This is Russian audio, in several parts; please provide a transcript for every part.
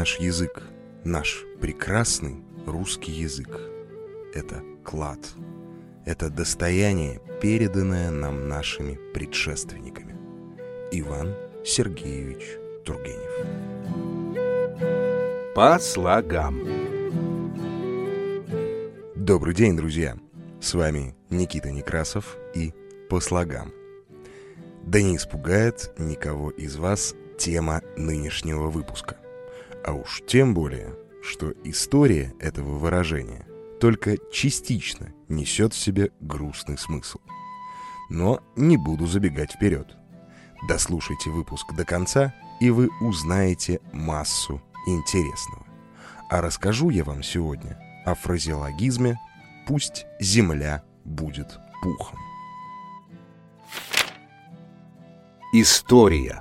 наш язык, наш прекрасный русский язык. Это клад. Это достояние, переданное нам нашими предшественниками. Иван Сергеевич Тургенев. По слогам. Добрый день, друзья! С вами Никита Некрасов и «По слогам». Да не испугает никого из вас тема нынешнего выпуска. А уж тем более, что история этого выражения только частично несет в себе грустный смысл. Но не буду забегать вперед. Дослушайте выпуск до конца, и вы узнаете массу интересного. А расскажу я вам сегодня о фразеологизме «Пусть земля будет пухом». История.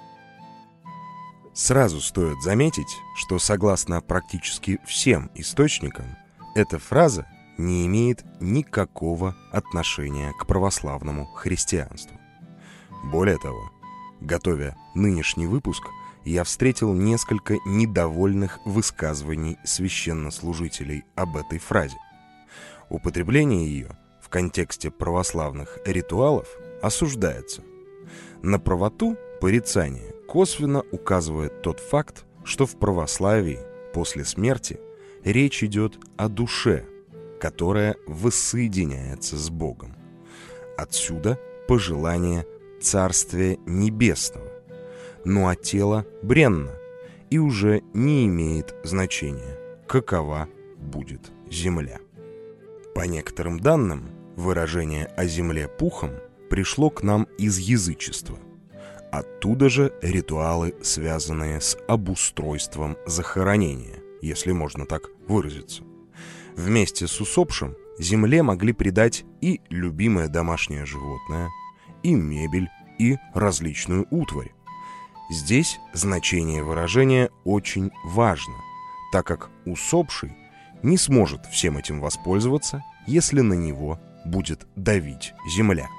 Сразу стоит заметить, что согласно практически всем источникам, эта фраза не имеет никакого отношения к православному христианству. Более того, готовя нынешний выпуск, я встретил несколько недовольных высказываний священнослужителей об этой фразе. Употребление ее в контексте православных ритуалов осуждается. На правоту порицания косвенно указывает тот факт, что в православии после смерти речь идет о душе, которая воссоединяется с Богом. Отсюда пожелание Царствия Небесного. Ну а тело бренно и уже не имеет значения, какова будет земля. По некоторым данным, выражение о земле пухом пришло к нам из язычества. Оттуда же ритуалы, связанные с обустройством захоронения, если можно так выразиться. Вместе с усопшим земле могли придать и любимое домашнее животное, и мебель, и различную утварь. Здесь значение выражения очень важно, так как усопший не сможет всем этим воспользоваться, если на него будет давить земля.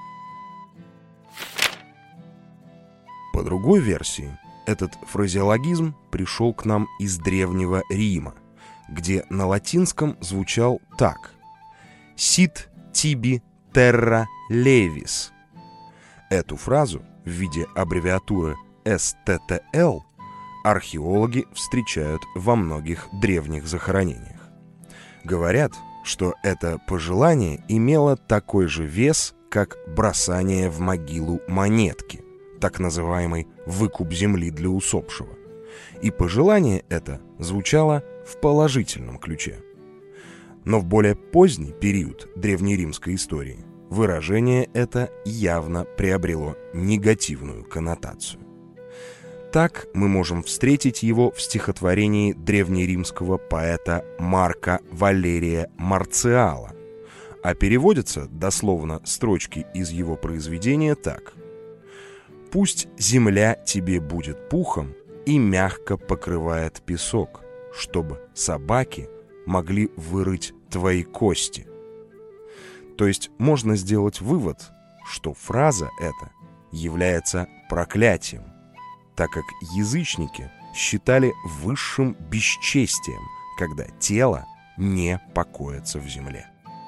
По другой версии, этот фразеологизм пришел к нам из Древнего Рима, где на латинском звучал так: «Sit tibi terra levis». Эту фразу в виде аббревиатуры STTL археологи встречают во многих древних захоронениях. Говорят, что это пожелание имело такой же вес, как бросание в могилу монетки, так называемый выкуп земли для усопшего. И пожелание это звучало в положительном ключе. Но в более поздний период древнеримской истории выражение это явно приобрело негативную коннотацию. Так мы можем встретить его в стихотворении древнеримского поэта Марка Валерия Марциала, а переводятся дословно строчки из его произведения так: «Пусть земля тебе будет пухом и мягко покрывает песок, чтобы собаки могли вырыть твои кости». То есть можно сделать вывод, что фраза эта является проклятием, так как язычники считали высшим бесчестием, когда тело не покоится в земле.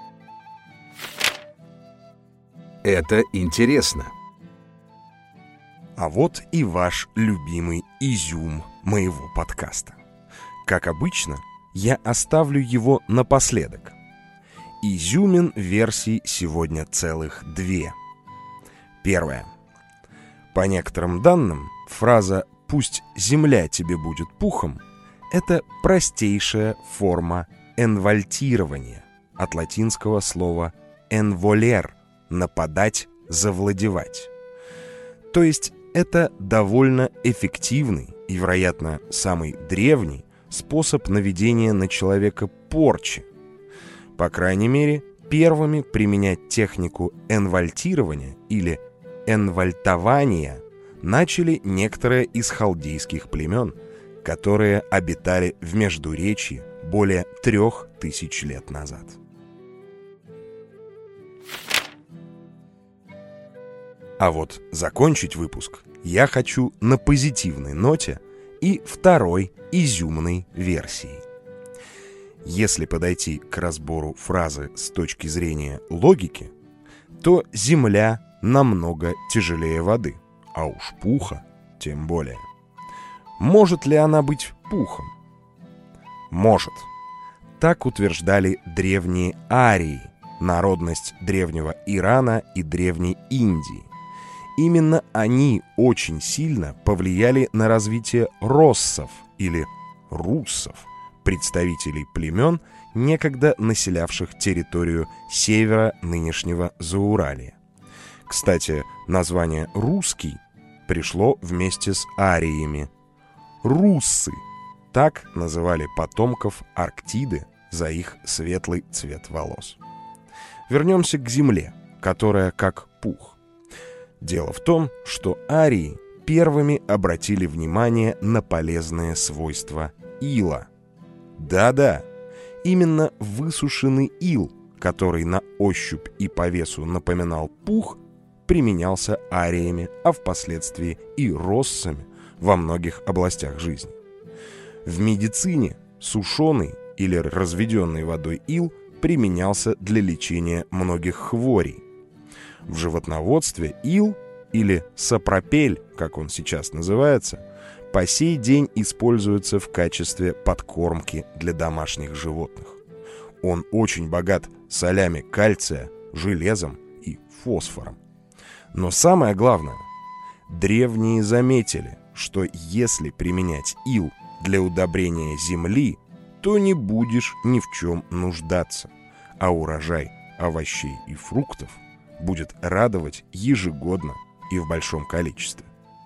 Это интересно. А вот и ваш любимый изюм моего подкаста. Как обычно, я оставлю его напоследок. Изюмин версий сегодня целых две. Первая. По некоторым данным, фраза «пусть земля тебе будет пухом» — это простейшая форма энвальтирования, от латинского слова «envolere» — нападать, завладевать. То есть это довольно эффективный и, вероятно, самый древний способ наведения на человека порчи. По крайней мере, первыми применять технику энвальтирования или энвальтования начали некоторые из халдейских племен, которые обитали в Междуречье более 3000 лет назад. А вот закончить выпуск я хочу на позитивной ноте и второй изюмной версией. Если подойти к разбору фразы с точки зрения логики, то земля намного тяжелее воды, а уж пуха тем более. Может ли она быть пухом? Может. Так утверждали древние арии, народность древнего Ирана и древней Индии. Именно они очень сильно повлияли на развитие россов или руссов, представителей племен, некогда населявших территорию севера нынешнего Зауралья. Кстати, название «русский» пришло вместе с ариями. Руссы — так называли потомков Арктиды за их светлый цвет волос. Вернемся к земле, которая как пух. Дело в том, что арии первыми обратили внимание на полезные свойства ила. Да-да, именно высушенный ил, который на ощупь и по весу напоминал пух, применялся ариями, а впоследствии и россами во многих областях жизни. В медицине сушеный или разведенный водой ил применялся для лечения многих хворей. В животноводстве ил, или сапропель, как он сейчас называется, по сей день используется в качестве подкормки для домашних животных. Он очень богат солями кальция, железом и фосфором. Но самое главное, древние заметили, что если применять ил для удобрения земли, то не будешь ни в чем нуждаться, а урожай овощей и фруктов будет радовать ежегодно и в большом количестве.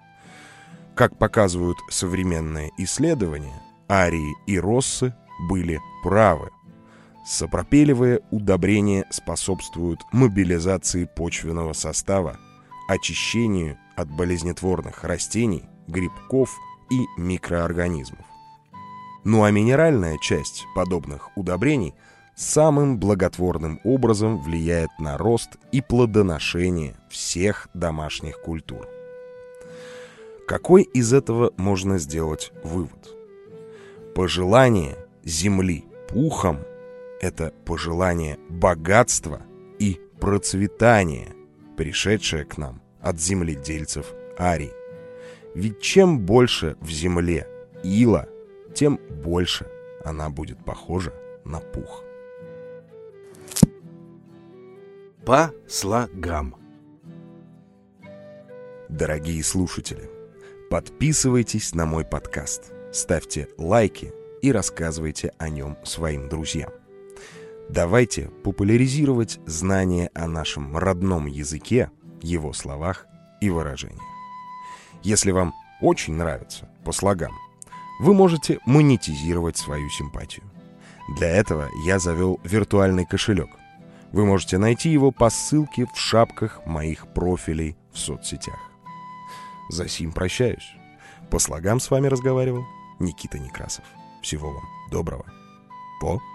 Как показывают современные исследования, арии и россы были правы. Сапропелевые удобрения способствуют мобилизации почвенного состава, очищению от болезнетворных растений, грибков и микроорганизмов. Ну а минеральная часть подобных удобрений самым благотворным образом влияет на рост и плодоношение всех домашних культур. Какой из этого можно сделать вывод? Пожелание земли пухом – это пожелание богатства и процветания, пришедшее к нам от земледельцев арий. Ведь чем больше в земле ила, тем больше она будет похожа на пух. По слогам. Дорогие слушатели, подписывайтесь на мой подкаст, ставьте лайки и рассказывайте о нем своим друзьям. Давайте популяризировать знания о нашем родном языке, его словах и выражениях. Если вам очень нравится по слогам, вы можете монетизировать свою симпатию. Для этого я завел виртуальный кошелек. Вы можете найти его по ссылке в шапках моих профилей в соцсетях. За сим прощаюсь. По слогам с вами разговаривал Никита Некрасов. Всего вам доброго. Пока.